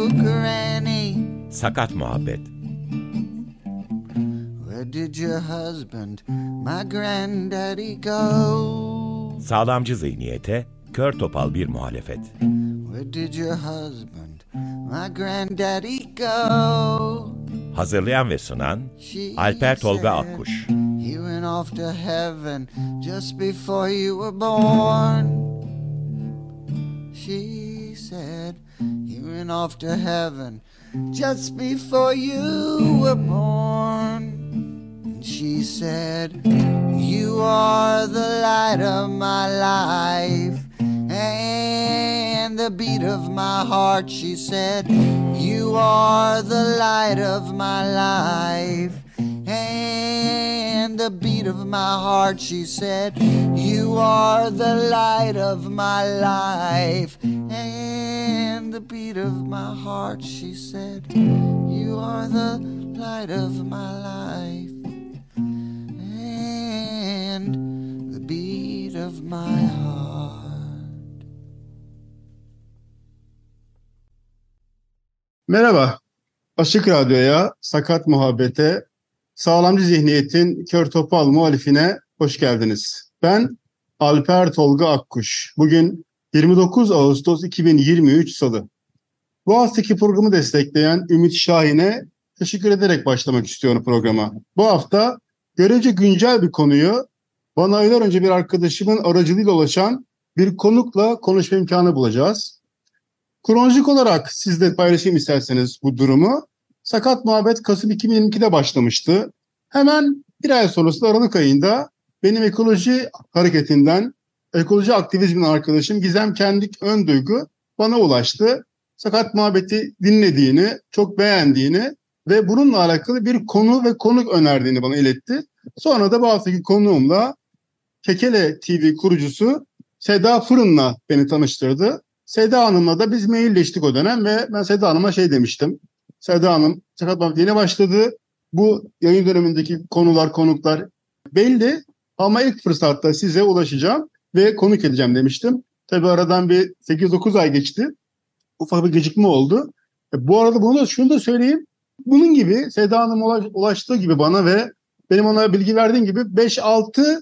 Granny? Sakat Muhabbet. Where did your husband, my granddaddy, go? Sağlamcı zihniyete kör topal bir muhalefet. Where did your husband, my granddaddy, go? Hazırlayan ve sunan Alper Tolga Akkuş. He went off to heaven just before you were born. She said he went off to heaven just before you were born. And she said, you are the light of my life and the beat of my heart. She said, you are the light of my life and the beat of my heart. She said, you are the light of my life and the beat of my heart. She said, you are the light of my life and the beat of my heart. Merhaba, Açık Radyo'ya, Sakat Muhabbet'e, Sağlamcı Zihniyet'in kör topal muhalifine hoş geldiniz. Ben Alper Tolga Akkuş. Bugün 29 Ağustos 2023 Salı. Bu haftaki programı destekleyen Ümit Şahin'e teşekkür ederek başlamak istiyorum programa. Bu hafta görece güncel bir konuyu bana aylar önce bir arkadaşımın aracılığıyla ulaşan bir konukla konuşma imkanı bulacağız. Kronolojik olarak sizle paylaşayım isterseniz bu durumu. Sakat Muhabbet Kasım 2022'de başlamıştı. Hemen bir ay sonrasında Aralık ayında benim ekoloji hareketinden, ekoloji aktivizmin arkadaşım Gizem Kendik Önduygu bana ulaştı. Sakat Muhabbet'i dinlediğini, çok beğendiğini ve bununla alakalı bir konu ve konuk önerdiğini bana iletti. Sonra da bu haftaki konuğumla Kekele TV kurucusu Seda Fırın'la beni tanıştırdı. Seda Hanım'la da biz mailleştik o dönem ve ben Seda Hanım'a şey demiştim. Seda Hanım, Sakat Muhabbet yeni başladı. Bu yayın dönemindeki konular, konuklar belli ama ilk fırsatta size ulaşacağım ve konuk edeceğim demiştim. Tabii aradan bir 8-9 ay geçti. Ufak bir gecikme oldu. Bu arada şunu da söyleyeyim. Bunun gibi Seda Hanım ulaştığı gibi bana ve benim ona bilgi verdiğim gibi 5-6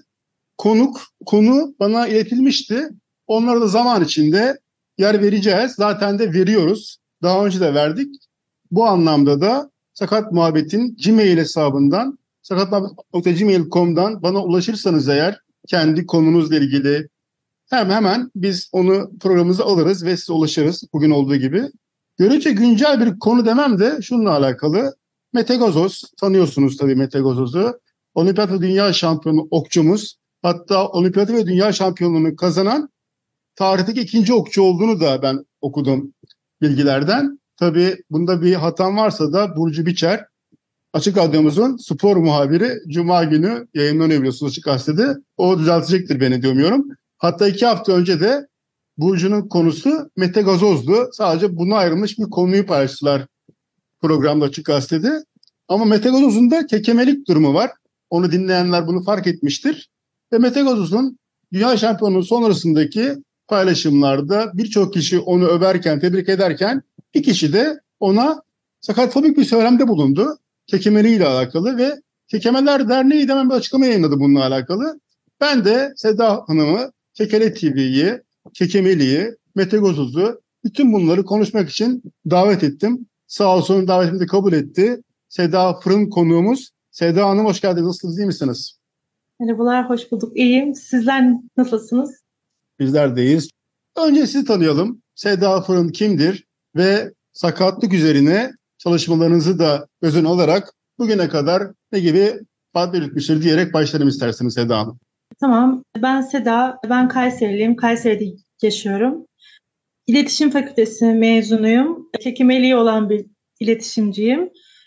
konu bana iletilmişti. Onlara da zaman içinde yer vereceğiz. Zaten de veriyoruz. Daha önce de verdik. Bu anlamda da Sakat Muhabbet'in Gmail hesabından sakatmuhabbet.gmail.com'dan bana ulaşırsanız eğer kendi konunuzla ilgili hemen biz onu programımıza alırız ve size ulaşırız bugün olduğu gibi. Görece güncel bir konu demem de şununla alakalı. Mete Gazoz, tanıyorsunuz tabii Mete Gazoz'u. Olimpiyat ve Dünya Şampiyonu okçumuz. Hatta Olimpiyat ve Dünya Şampiyonluğunu kazanan tarihteki ikinci okçu olduğunu da ben okudum bilgilerden. Tabii bunda bir hatam varsa da Burcu Biçer, Açık Radyomuzun spor muhabiri Cuma günü yayınlanıyor biliyorsunuz Açık Gazete'de. O düzeltecektir beni diyorum. Hatta 2 hafta önce de Burcu'nun konusu Mete Gazoz'du. Sadece buna ayrılmış bir konuyu paylaştılar programda Açık Gazete'de. Ama Mete Gazoz'un da kekemelik durumu var. Onu dinleyenler bunu fark etmiştir. Ve Mete Gazoz'un Dünya Şampiyonluğu sonrasındaki paylaşımlarda birçok kişi onu överken, tebrik ederken bir kişi de ona sakatfobik bir söylemde bulundu. Kekemeliğiyle alakalı ve Kekemeler Derneği de hemen bir açıklama yayınladı bununla alakalı. Ben de Seda Hanım'ı, Kekele TV'yi, Kekemeliği, Mete Gazoz'u bütün bunları konuşmak için davet ettim. Sağ olsun davetimi de kabul etti. Seda Fırın konuğumuz. Seda Hanım hoş geldiniz. Nasılsınız, iyi misiniz? Merhabalar, hoş bulduk. İyiyim. Sizler nasılsınız? Bizler de iyiyiz. Önce sizi tanıyalım. Seda Fırın kimdir ve sakatlık üzerine çalışmalarınızı da göz önüne alarak bugüne kadar ne gibi faaliyet yürütmüştür diyerek başlayalım isterseniz Seda Hanım. Tamam. Ben Seda. Ben Kayseriliyim. Kayseri'de yaşıyorum. İletişim Fakültesi mezunuyum. Kekemeliği olan bir iletişimciyim.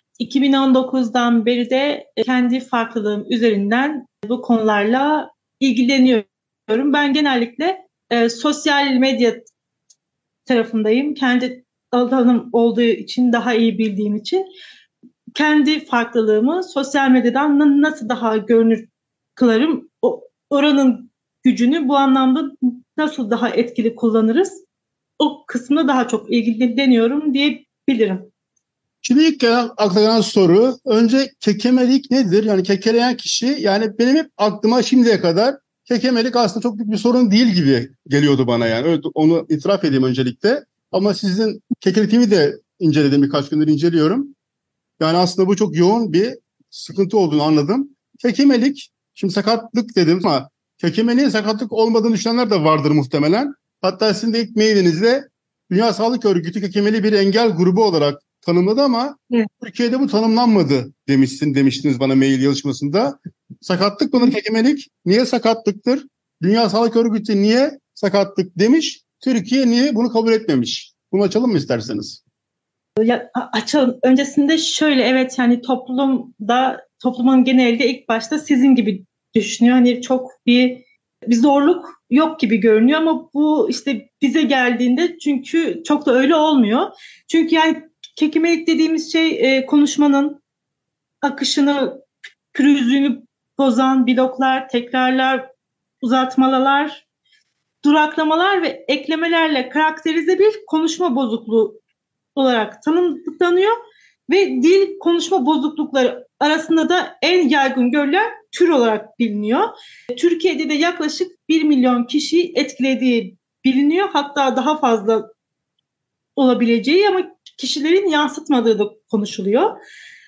2019'dan beri de kendi farklılığım üzerinden bu konularla ilgileniyorum. Ben genellikle sosyal medya tarafındayım. Kendi alanım olduğu için, daha iyi bildiğim için kendi farklılığımı sosyal medyadan nasıl daha görünür kılarım, oranın gücünü bu anlamda nasıl daha etkili kullanırız, o kısmına daha çok ilgileniyorum bilirim. Şimdi ilk gelen, akla gelen soru, önce kekemelik nedir? Yani kekeleyen kişi, yani benim hep aklıma şimdiye kadar kekemelik aslında çok büyük bir sorun değil gibi geliyordu bana yani. Evet, onu itiraf edeyim öncelikle. Ama sizin kekelediğimi de inceledim, birkaç gündür inceliyorum. Yani aslında bu çok yoğun bir sıkıntı olduğunu anladım. Kekemelik, şimdi sakatlık dedim ama kekemeliğin sakatlık olmadığını düşünenler de vardır muhtemelen. Hatta sizin de ilk mailinizde Dünya Sağlık Örgütü kekemeliği bir engel grubu olarak tanımladı ama Evet. Türkiye'de bu tanımlanmadı demiştiniz bana mail yazışmasında. Sakatlık mıdır kekemelik? Niye sakatlıktır? Dünya Sağlık Örgütü niye sakatlık demiş? Türkiye niye bunu kabul etmemiş? Bunu açalım mı isterseniz? Açalım. Öncesinde şöyle, evet, yani toplumun genelinde ilk başta sizin gibi düşünüyor. Hani çok bir zorluk yok gibi görünüyor ama bu işte bize geldiğinde çünkü çok da öyle olmuyor. Çünkü yani kekemelik dediğimiz şey konuşmanın akışını, pürüzlüğünü bozan bloklar, tekrarlar, uzatmalar, duraklamalar ve eklemelerle karakterize bir konuşma bozukluğu olarak tanımlanıyor ve dil konuşma bozuklukları arasında da en yaygın görülen tür olarak biliniyor. Türkiye'de de yaklaşık 1 milyon kişiyi etkilediği biliniyor. Hatta daha fazla olabileceği ama kişilerin yansıtmadığı da konuşuluyor.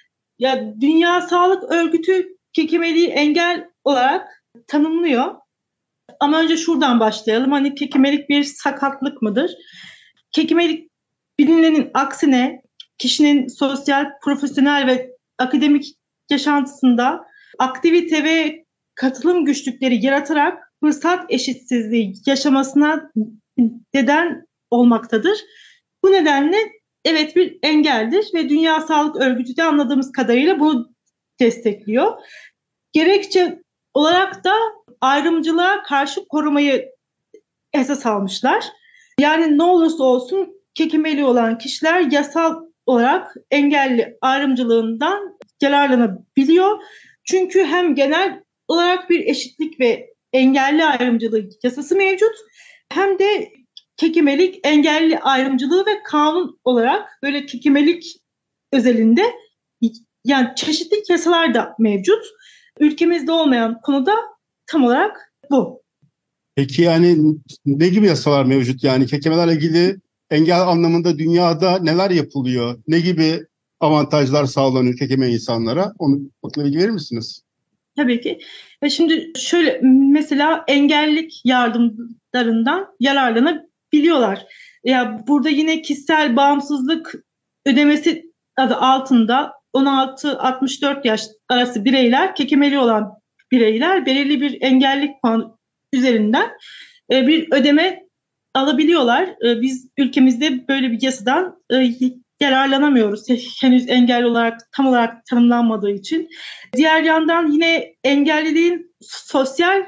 Ya Dünya Sağlık Örgütü kekemeliği engel olarak tanımlıyor. Ama önce şuradan başlayalım. Hani kekemelik bir sakatlık mıdır? Kekemelik bilinenin aksine kişinin sosyal, profesyonel ve akademik yaşantısında aktivite ve katılım güçlükleri yaratarak fırsat eşitsizliği yaşamasına neden olmaktadır. Bu nedenle evet bir engeldir ve Dünya Sağlık Örgütü de anladığımız kadarıyla bunu destekliyor. Gerekçe olarak da ayrımcılığa karşı korumayı esas almışlar. Yani ne olursa olsun kekemeli olan kişiler yasal olarak engelli ayrımcılığından yararlanabiliyor. Çünkü hem genel olarak bir eşitlik ve engelli ayrımcılığı yasası mevcut, hem de kekemelik, engelli ayrımcılığı ve kanun olarak böyle kekemelik özelinde yani çeşitli yasalar da mevcut. Ülkemizde olmayan konuda tam olarak bu. Peki yani ne gibi yasalar mevcut? Yani kekemelerle ilgili engel anlamında dünyada neler yapılıyor? Ne gibi avantajlar sağlanıyor kekeme insanlara? Onu bilgi verir misiniz? Tabii ki. Şimdi şöyle, mesela engellilik yardımlarından yararlanabiliyorlar. Ya burada yine kişisel bağımsızlık ödemesi adı altında 16-64 yaş arası bireyler, kekemeli olan bireyler belirli bir engellilik puanı üzerinden bir ödeme alabiliyorlar. Biz ülkemizde böyle bir yasadan yararlanamıyoruz. Henüz engelli olarak tam olarak tanımlanmadığı için. Diğer yandan yine engelliliğin sosyal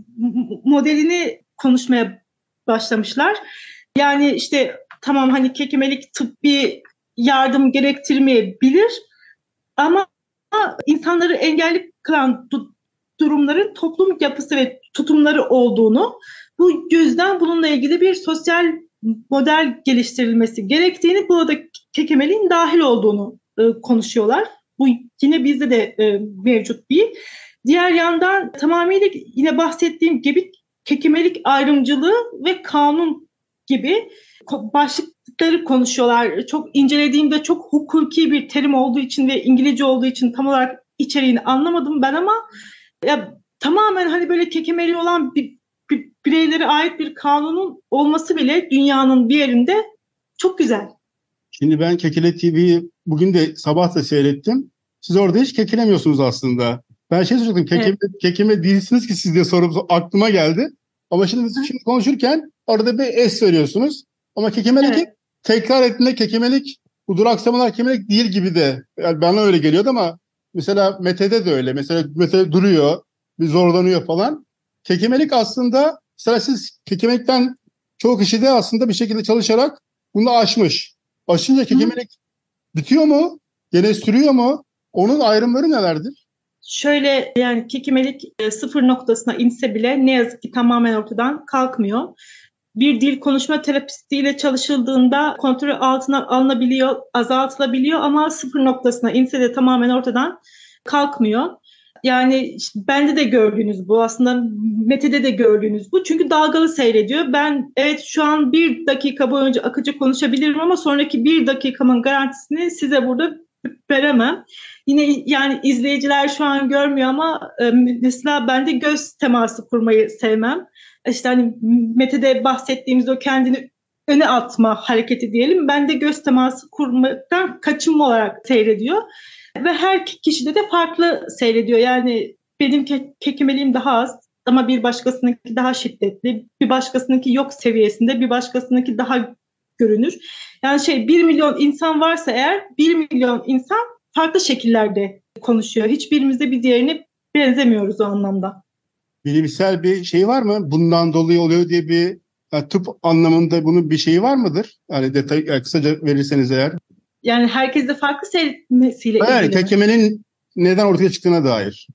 modelini konuşmaya başlamışlar. Yani işte tamam, hani kekemelik tıbbi yardım gerektirmeyebilir ama insanları engelli kılan durumların toplum yapısı ve tutumları olduğunu, bu yüzden bununla ilgili bir sosyal model geliştirilmesi gerektiğini, burada kekemeliğin dahil olduğunu konuşuyorlar. Bu yine bizde de mevcut değil. Diğer yandan tamamıyla yine bahsettiğim gibi kekemelik ayrımcılığı ve kanun gibi başlıkları konuşuyorlar. Çok incelediğimde çok hukuki bir terim olduğu için ve İngilizce olduğu için tam olarak içeriğini anlamadım ben ama ya tamamen hani böyle kekemeli olan bireylere ait bir kanunun olması bile dünyanın bir yerinde çok güzel. Şimdi ben Kekele TV'yi bugün de sabah da seyrettim. Siz orada hiç kekelemiyorsunuz aslında. Ben soracaktım. Kekeme değilsiniz ki siz diye sorup aklıma geldi. Ama şimdi konuşurken arada bir es veriyorsunuz. Ama kekemelik tekrar ettiğinde kekemelik, bu duraksamalar kekemelik değil gibi de. Yani bana öyle geliyordu ama mesela Mete'de de öyle. Mesela Mete duruyor, bir zorlanıyor falan. Kekemelik aslında, mesela siz kekemelikten çoğu kişi de aslında bir şekilde çalışarak bunu aşmış. Aşınca kekemelik bitiyor mu? Gene sürüyor mu? Onun ayrımları nelerdir? Şöyle, yani kekemelik sıfır noktasına inse bile ne yazık ki tamamen ortadan kalkmıyor. bir dil konuşma terapistiyle çalışıldığında kontrol altına alınabiliyor, azaltılabiliyor ama sıfır noktasına inse de tamamen ortadan kalkmıyor. Yani işte bende de gördüğünüz bu, aslında Mete'de de gördüğünüz bu. Çünkü dalgalı seyrediyor. Ben evet şu an 1 dakika boyunca akıcı konuşabilirim ama sonraki 1 dakikamın garantisini size burada veremem. Yine yani izleyiciler şu an görmüyor ama mesela ben de göz teması kurmayı sevmem. İşte hani Mete'de bahsettiğimiz o kendini öne atma hareketi diyelim. Ben de göz teması kurmaktan kaçınma olarak seyrediyor. Ve her kişide de farklı seyrediyor. Yani benim kekemeliğim daha az ama bir başkasınınki daha şiddetli, bir başkasınınki yok seviyesinde, bir başkasınınki daha görünür. Yani 1 milyon insan varsa eğer 1 milyon insan farklı şekillerde konuşuyor. Hiçbirimiz de bir diğerine benzemiyoruz o anlamda. Bilimsel bir şey var mı? Bundan dolayı oluyor diye bir tıp anlamında bunun bir şeyi var mıdır? Yani detay kısaca verirseniz eğer. Yani herkes de farklı seyretmesiyle ilgili. Evet, kekemenin neden ortaya çıktığına dair.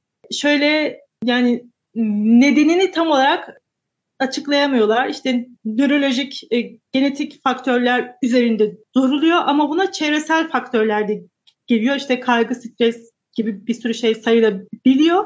Yani nedenini tam olarak açıklayamıyorlar. İşte nörolojik, genetik faktörler üzerinde duruluyor ama buna çevresel faktörler de geliyor. İşte kaygı, stres gibi bir sürü şey sayılabiliyor.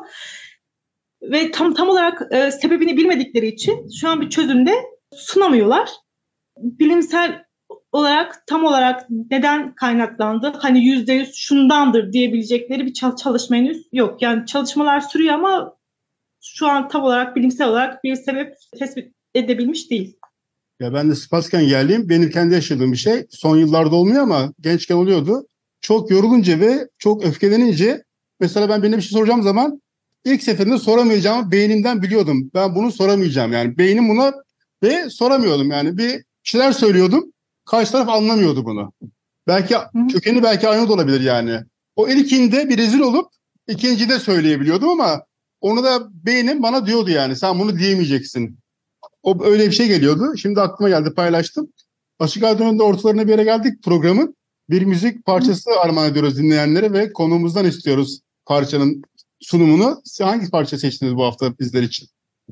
Ve tam olarak sebebini bilmedikleri için şu an bir çözüm de sunamıyorlar. Bilimsel olarak tam olarak neden kaynaklandı? Hani %100 şundandır diyebilecekleri bir çalışma henüz yok. Yani çalışmalar sürüyor ama şu an tam olarak bilimsel olarak bir sebep tespit edebilmiş değil. Ya ben de spasken geldiğim, benim kendi yaşadığım bir şey. Son yıllarda olmuyor ama gençken oluyordu. Çok yorulunca ve çok öfkelenince mesela ben birine bir şey soracağım zaman ilk seferinde soramayacağımı beynimden biliyordum. Ben bunu soramayacağım yani. Beynim buna ve soramıyordum yani. Bir şeyler söylüyordum. Karşı taraf anlamıyordu bunu. Belki kökeni belki aynı da olabilir yani. O ilkinde bir rezil olup ikincide söyleyebiliyordum ama onu da beynim bana diyordu yani. Sen bunu diyemeyeceksin. O öyle bir şey geliyordu. Şimdi aklıma geldi, paylaştım. Açık Radyo'nun da ortalarına bir yere geldik programın. Bir müzik parçası armağan ediyoruz dinleyenlere ve konuğumuzdan istiyoruz parçanın sunumunu. Siz hangi parça seçtiniz bu hafta bizler için?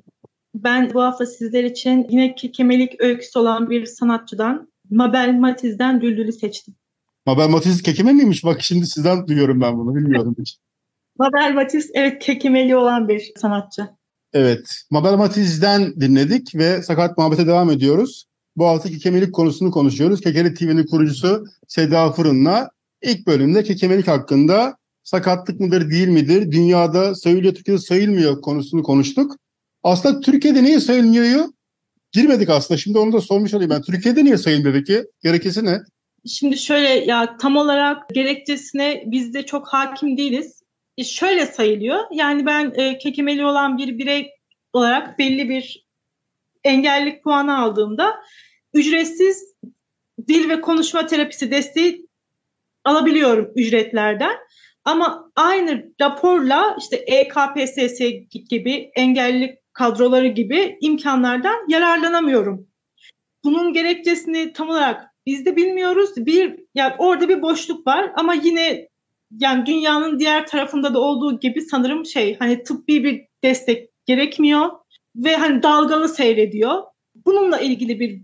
Ben bu hafta sizler için yine kekemelik öyküsü olan bir sanatçıdan, Mabel Matiz'den Düldül'ü seçtim. Mabel Matiz kekeme miymiş? Bak şimdi sizden duyuyorum ben bunu. Bilmiyordum hiç. Mabel Matiz evet kekemeli olan bir sanatçı. Evet. Mabel Matiz'den dinledik ve Sakat Muhabbet'e devam ediyoruz. Bu hafta kekemelik konusunu konuşuyoruz. Kekeli TV'nin kurucusu Seda Fırın'la ilk bölümde kekemelik hakkında sakatlık mıdır değil midir? Dünyada sayılıyor, Türkiye'de sayılmıyor konusunu konuştuk. Aslında Türkiye'de niye sayılmıyor? Girmedik aslında. Şimdi onu da sormuş olayım ben. Türkiye'de niye sayılmıyor peki? Gerekçesi ne? Şimdi ya tam olarak gerekçesine biz de çok hakim değiliz. Şöyle sayılıyor. Yani ben kekemeli olan bir birey olarak belli bir engellilik puanı aldığımda ücretsiz dil ve konuşma terapisi desteği alabiliyorum ücretlerden. Ama aynı raporla işte EKPSS gibi engellilik kadroları gibi imkanlardan yararlanamıyorum. Bunun gerekçesini tam olarak biz de bilmiyoruz. Yani orada bir boşluk var ama yine yani dünyanın diğer tarafında da olduğu gibi sanırım hani tıbbi bir destek gerekmiyor ve hani dalgalı seyrediyor. Bununla ilgili bir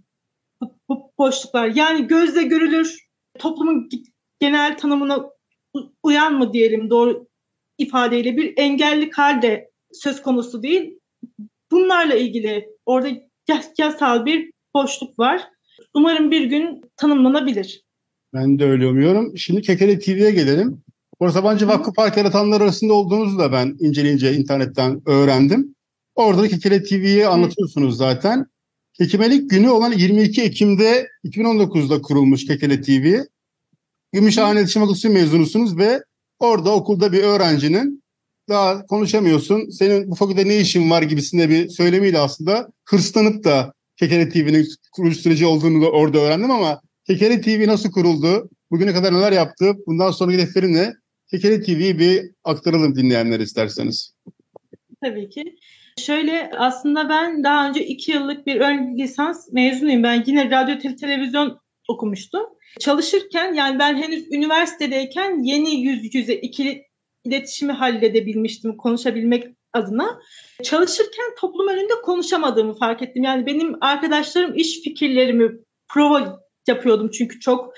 boşluk var. Yani gözle görülür, toplumun genel tanımına uyan mı diyelim doğru ifadeyle bir engellilik halde söz konusu değil. Bunlarla ilgili orada yasal bir boşluk var. Umarım bir gün tanımlanabilir. Ben de öyle umuyorum. Şimdi Kekele TV'ye gelelim. Bu Sabancı Vakfı Park yaratanlar arasında olduğunuzu da ben inceleyince internetten öğrendim. Orada da Kekele TV'yi anlatıyorsunuz zaten. Kekemelik günü olan 22 Ekim'de 2019'da kurulmuş Kekele TV. Gümüşhane İletişim Fakültesi mezunusunuz ve orada okulda bir öğrencinin daha konuşamıyorsun, senin bu fakültede ne işin var gibisinde bir söylemiyle aslında hırslanıp da Kekele TV'nin kuruluş süreci olduğunu da orada öğrendim ama Kekele TV nasıl kuruldu, bugüne kadar neler yaptı, bundan sonraki hedefleri ne? Kekele TV'yi bir aktaralım dinleyenler isterseniz. Tabii ki. Aslında ben daha önce 2 yıllık bir ön lisans mezunuyum. Ben yine radyo televizyon okumuştum. Çalışırken yani ben henüz üniversitedeyken yeni yüz yüze ikili iletişimi halledebilmiştim konuşabilmek adına. Çalışırken toplum önünde konuşamadığımı fark ettim. Yani benim arkadaşlarım iş fikirlerimi prova yapıyordum çünkü çok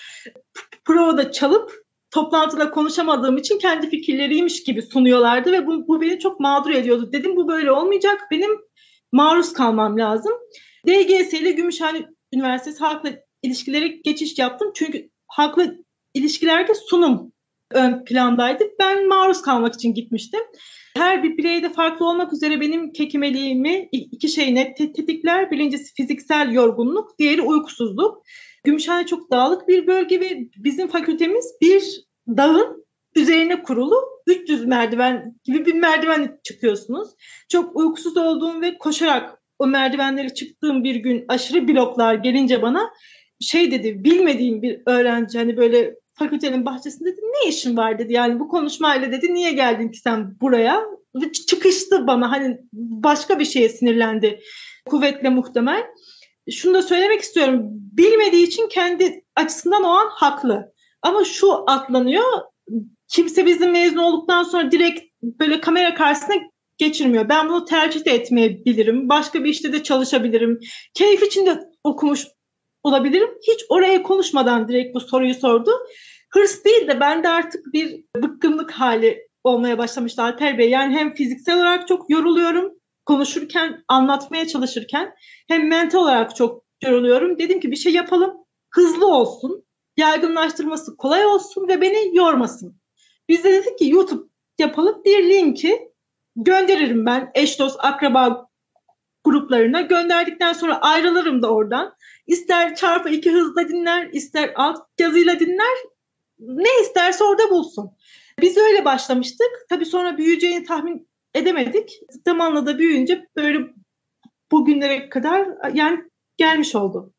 provada çalıp toplantıda konuşamadığım için kendi fikirleriymiş gibi sunuyorlardı ve bu beni çok mağdur ediyordu. Dedim bu böyle olmayacak. Benim maruz kalmam lazım. DGS ile Gümüşhane Üniversitesi Halkla İlişkileri geçiş yaptım. Çünkü halkla ilişkilerde sunum ön plandaydı. Ben maruz kalmak için gitmiştim. Her bir bireyde farklı olmak üzere benim kekemeliğimi iki şey net tetikler. Birincisi fiziksel yorgunluk, diğeri uykusuzluk. Gümüşhane çok dağlık bir bölge ve bizim fakültemiz bir dağın üzerine kurulu 300 merdiven gibi bir merdiven çıkıyorsunuz. Çok uykusuz olduğum ve koşarak o merdivenleri çıktığım bir gün aşırı bloklar gelince bana şey dedi, bilmediğim bir öğrenci hani böyle fakültenin bahçesinde dedi, ne işin var dedi. Yani bu konuşmayla dedi niye geldin ki sen buraya? Ve çıkıştı bana hani başka bir şeye sinirlendi kuvvetle muhtemel. Şunu da söylemek istiyorum. Bilmediği için kendi açısından o an haklı. Ama şu atlanıyor. Kimse bizim mezun olduktan sonra direkt böyle kamera karşısına geçirmiyor. Ben bunu tercih de etmeyebilirim. Başka bir işte de çalışabilirim. Keyif için de okumuş olabilirim. Hiç oraya konuşmadan direkt bu soruyu sordu. Hırs değil de bende artık bir bıkkınlık hali olmaya başlamıştı Alper Bey. Yani hem fiziksel olarak çok yoruluyorum. Konuşurken, anlatmaya çalışırken hem mental olarak çok yoruluyorum. Dedim ki bir şey yapalım, hızlı olsun, yaygınlaştırması kolay olsun ve beni yormasın. Biz de dedik ki YouTube yapalım, bir linki gönderirim ben eş dost akraba gruplarına. Gönderdikten sonra ayrılırım da oradan. İster çarpı 2 hızla dinler, ister alt yazıyla dinler, ne isterse orada bulsun. Biz öyle başlamıştık. Tabii sonra büyüyeceğini tahmin edemedik. Zamanla da büyüyünce böyle bugünlere kadar yani gelmiş oldu.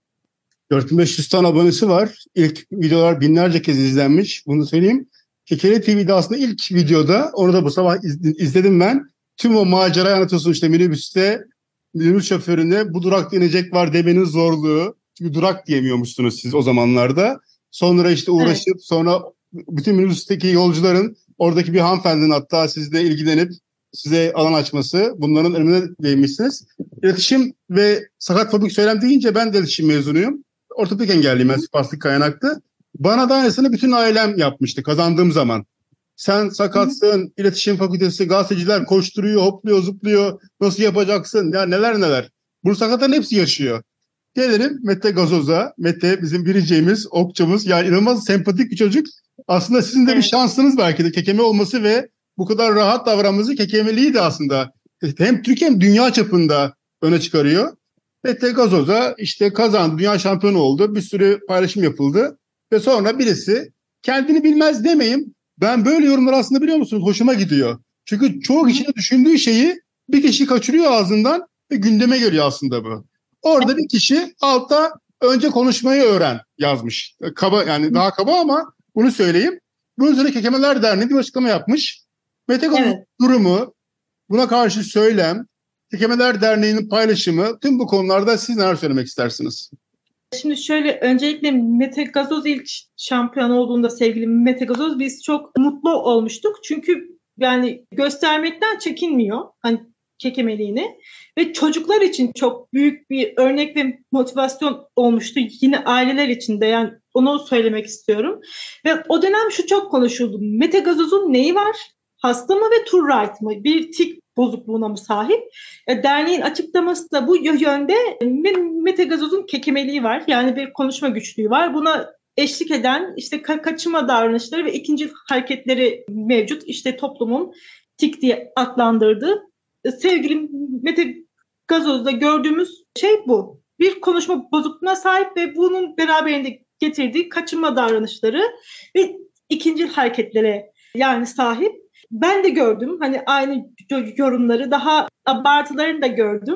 4500 tane abonesi var. İlk videolar binlerce kez izlenmiş. Bunu söyleyeyim. Kekere TV'de aslında ilk videoda, onu da bu sabah izledim ben. Tüm o macerayı anlatıyorsun işte minibüste. Minibüs şoförüne bu durakta inecek var demenin zorluğu. Çünkü durak diyemiyormuşsunuz siz o zamanlarda. Sonra işte uğraşıp evet. Sonra bütün minibüsteki yolcuların oradaki bir hanımefendinin hatta sizle ilgilenip size alan açması, bunların önüne değinmişsiniz. İletişim ve sakat fobik söylem deyince ben de iletişim mezunuyum. Ortopedik engelliyim, ben spastik kaynaklı. Bana da aynısını bütün ailem yapmıştı kazandığım zaman. Sen sakatsın, iletişim fakültesi, gazeteciler koşturuyor, hopluyor, zıplıyor. Nasıl yapacaksın? Ya neler neler. Bunu sakatların hepsi yaşıyor. Gelelim Mete Gazoz'a. Mete bizim biricimiz, okçumuz. Yani inanılmaz sempatik bir çocuk. Aslında sizin de bir şansınız belki de kekeme olması ve bu kadar rahat davranması kekemeliği de aslında hem Türkiye hem dünya çapında öne çıkarıyor. Mete Gazoz'a işte kazandı, dünya şampiyonu oldu. Bir sürü paylaşım yapıldı. Ve sonra birisi kendini bilmez demeyeyim. Ben böyle yorumlar aslında biliyor musunuz hoşuma gidiyor. Çünkü çoğu kişinin düşündüğü şeyi bir kişi kaçırıyor ağzından ve gündeme geliyor aslında bu. Orada bir kişi altta önce konuşmayı öğren yazmış. Kaba yani daha kaba ama bunu söyleyeyim. Bunun üzerine Kekemeler Derneği bir açıklama yapmış. Mete Gazoz'un durumu, buna karşı söylem, Kekemeler Derneği'nin paylaşımı, tüm bu konularda siz neler söylemek istersiniz? Şimdi şöyle, öncelikle Mete Gazoz ilk şampiyon olduğunda sevgili Mete Gazoz biz çok mutlu olmuştuk. Çünkü yani göstermekten çekinmiyor hani kekemeliğini ve çocuklar için çok büyük bir örnek ve motivasyon olmuştu. Yine aileler için de, yani onu söylemek istiyorum. Ve o dönem şu çok konuşuldu. Mete Gazoz'un neyi var? Hasta mı ve Tourette mı? Bir tik bozukluğuna mı sahip? Derneğin açıklaması da bu yönde. Mete Gazoz'un kekemeliği var. Yani bir konuşma güçlüğü var. Buna eşlik eden işte kaçınma davranışları ve ikinci hareketleri mevcut. İşte toplumun tik diye adlandırdığı. Sevgili Mete Gazoz'da gördüğümüz şey bu. Bir konuşma bozukluğuna sahip ve bunun beraberinde getirdiği kaçınma davranışları ve ikinci hareketlere yani sahip. Ben de gördüm hani aynı yorumları, daha abartılarını da gördüm.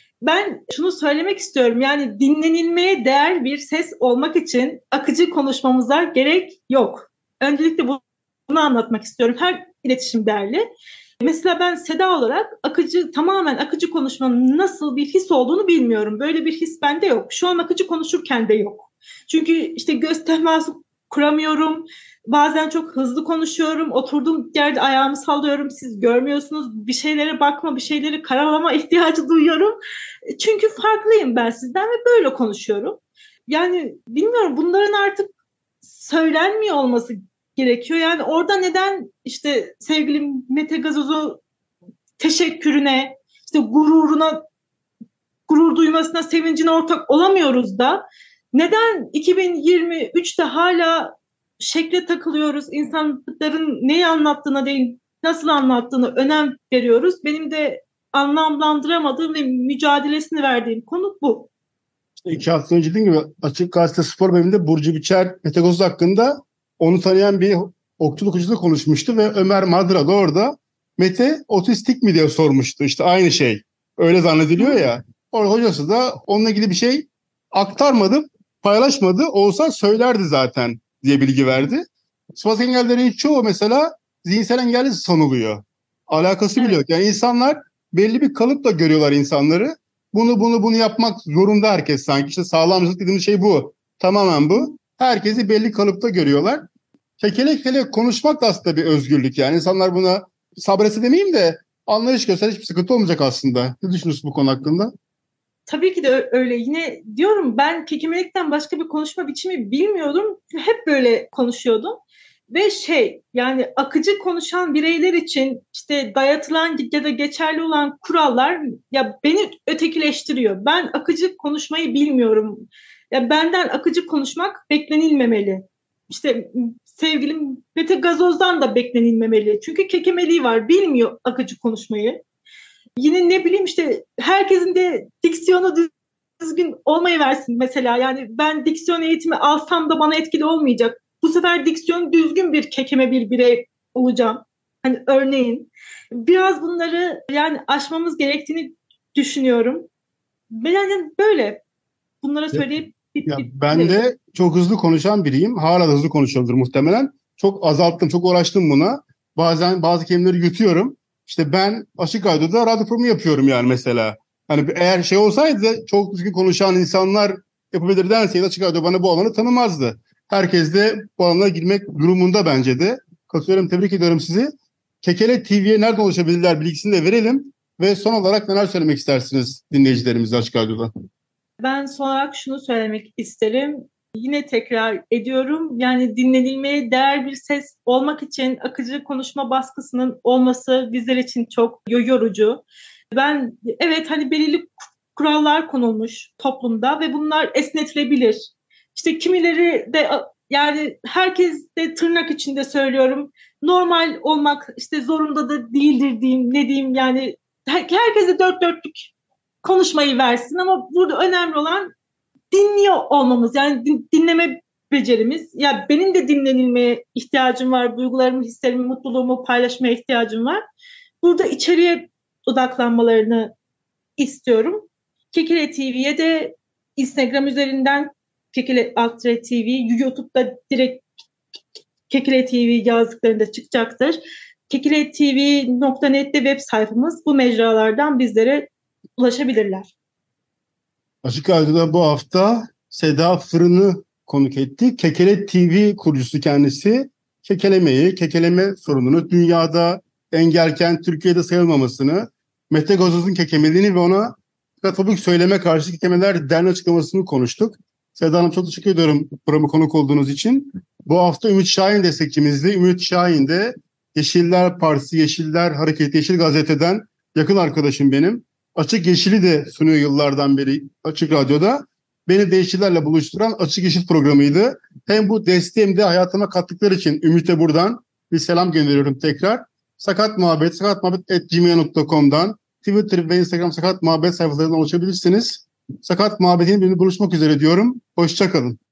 Ben şunu söylemek istiyorum, yani dinlenilmeye değer bir ses olmak için akıcı konuşmamıza gerek yok. Öncelikle bunu anlatmak istiyorum. Her iletişim değerli. Mesela ben Seda olarak tamamen akıcı konuşmanın nasıl bir his olduğunu bilmiyorum. Böyle bir his bende yok. Şu an akıcı konuşurken de yok. Çünkü işte göz teması kuramıyorum. Bazen çok hızlı konuşuyorum. Oturduğum yerde ayağımı sallıyorum. Siz görmüyorsunuz. Bir şeylere bakma, bir şeyleri karalama ihtiyacı duyuyorum. Çünkü farklıyım ben sizden ve böyle konuşuyorum. Yani bilmiyorum, bunların artık söylenmiyor olması gerekiyor. Yani orada neden işte sevgili Mete Gazoz'u teşekkürüne, işte gururuna, gurur duymasına, sevincine ortak olamıyoruz da neden 2023'te hala şekle takılıyoruz, insanların neyi anlattığına değil, nasıl anlattığına önem veriyoruz. Benim de anlamlandıramadığım ve mücadelesini verdiğim konu bu. 2 hafta önce dediğim gibi Açık Gazete Spor bölümünde Burcu Biçer, Mete Gazoz hakkında onu tanıyan bir okçuluk hocası konuşmuştu ve Ömer Madra da orada Mete otistik mi diye sormuştu. İşte aynı şey. Öyle zannediliyor ya. Orada hocası da onunla ilgili bir şey aktarmadı, paylaşmadı. Olsa söylerdi zaten diye bilgi verdi. Spastik engellilerin çoğu mesela zihinsel engelli sanılıyor. Alakası bile yok. Yani insanlar belli bir kalıpla görüyorlar insanları. Bunu yapmak zorunda herkes sanki. İşte sağlamcılık dediğimiz şey bu. Tamamen bu. Herkesi belli kalıpta görüyorlar. Kekelek konuşmak da aslında bir özgürlük yani. İnsanlar buna sabretse demeyeyim de anlayış göster, hiçbir sıkıntı olmayacak aslında. Ne düşünüyorsun bu konu hakkında? Tabii ki de öyle. Yine diyorum, ben kekemelikten başka bir konuşma biçimi bilmiyordum. Hep böyle konuşuyordum. Ve yani akıcı konuşan bireyler için işte dayatılan ya da geçerli olan kurallar ya beni ötekileştiriyor. Ben akıcı konuşmayı bilmiyorum. Ya benden akıcı konuşmak beklenilmemeli. İşte sevgilim Mete Gazoz'dan da beklenilmemeli. Çünkü kekemeliği var, bilmiyor akıcı konuşmayı. Yine ne bileyim, işte herkesin de diksiyonu düzgün olmayı versin mesela. Yani ben diksiyon eğitimi alsam da bana etkili olmayacak. Bu sefer diksiyon düzgün bir kekeme bir birey olacağım. Hani örneğin biraz bunları yani aşmamız gerektiğini düşünüyorum. Yani böyle bunlara söyleyip Ben de çok hızlı konuşan biriyim. Hala da hızlı konuşuyordur muhtemelen. Çok azalttım, çok uğraştım buna. Bazen bazı kelimeleri yutuyorum. İşte ben Açık Radyo'da radyo programı yapıyorum yani mesela. Hani eğer şey olsaydı çok düzgün konuşan insanlar yapabilir denseydi Açık Radyo bana bu alanı tanımazdı. Herkes de bu alana girmek durumunda bence de. Katılıyorum, tebrik ediyorum sizi. Kekele TV'ye nereden ulaşabilirler bilgisini de verelim. Ve son olarak neler söylemek istersiniz dinleyicilerimize Açık Radyo'da? Ben son olarak şunu söylemek isterim. Yine tekrar ediyorum. Yani dinlenilmeye değer bir ses olmak için akıcı konuşma baskısının olması bizler için çok yorucu. Evet, hani belirli kurallar konulmuş toplumda ve bunlar esnetilebilir. İşte kimileri de, yani herkes de tırnak içinde söylüyorum, normal olmak işte zorunda da değildir diyeyim, ne diyeyim, yani herkese dört dörtlük konuşmayı versin ama burada önemli olan dinliyor olmamız, yani dinleme becerimiz. Ya benim de dinlenilmeye ihtiyacım var, duygularımı, hislerimi, mutluluğumu paylaşmaya ihtiyacım var. Burada içeriye odaklanmalarını istiyorum. Kekele TV'ye de Instagram üzerinden Kekele TV, YouTube'da direkt Kekele TV yazdıklarında çıkacaktır. kekeletv.net'te web sayfamız, bu mecralardan bizlere ulaşabilirler. Açık Radyo'da bu hafta Seda Fırın'ı konuk ettik. Kekele TV kurucusu kendisi. Kekeleme sorununu, dünyada engelken Türkiye'de sayılmamasını, Mete Gazoz'un kekemeliğini ve ona katofobik söyleme karşı Kekemeler Derneği açıklamasını konuştuk. Seda Hanım, çok teşekkür ediyorum programı konuk olduğunuz için. Bu hafta Ümit Şahin destekçimizdi. Ümit Şahin de Yeşiller Partisi, Yeşiller Hareketi, Yeşil Gazete'den yakın arkadaşım benim. Açık Yeşil'i de sunuyor yıllardan beri Açık Radyo'da. Beni de Yeşillerle buluşturan Açık Yeşil programıydı. Hem bu desteğim de hayatıma kattıkları için Ümit'e buradan bir selam gönderiyorum tekrar. Sakat Muhabbet, sakatmuhabbet@gmail.com'dan, Twitter ve Instagram Sakat Muhabbet sayfalarından ulaşabilirsiniz. Sakat Muhabbet'in birinde buluşmak üzere diyorum. Hoşça kalın.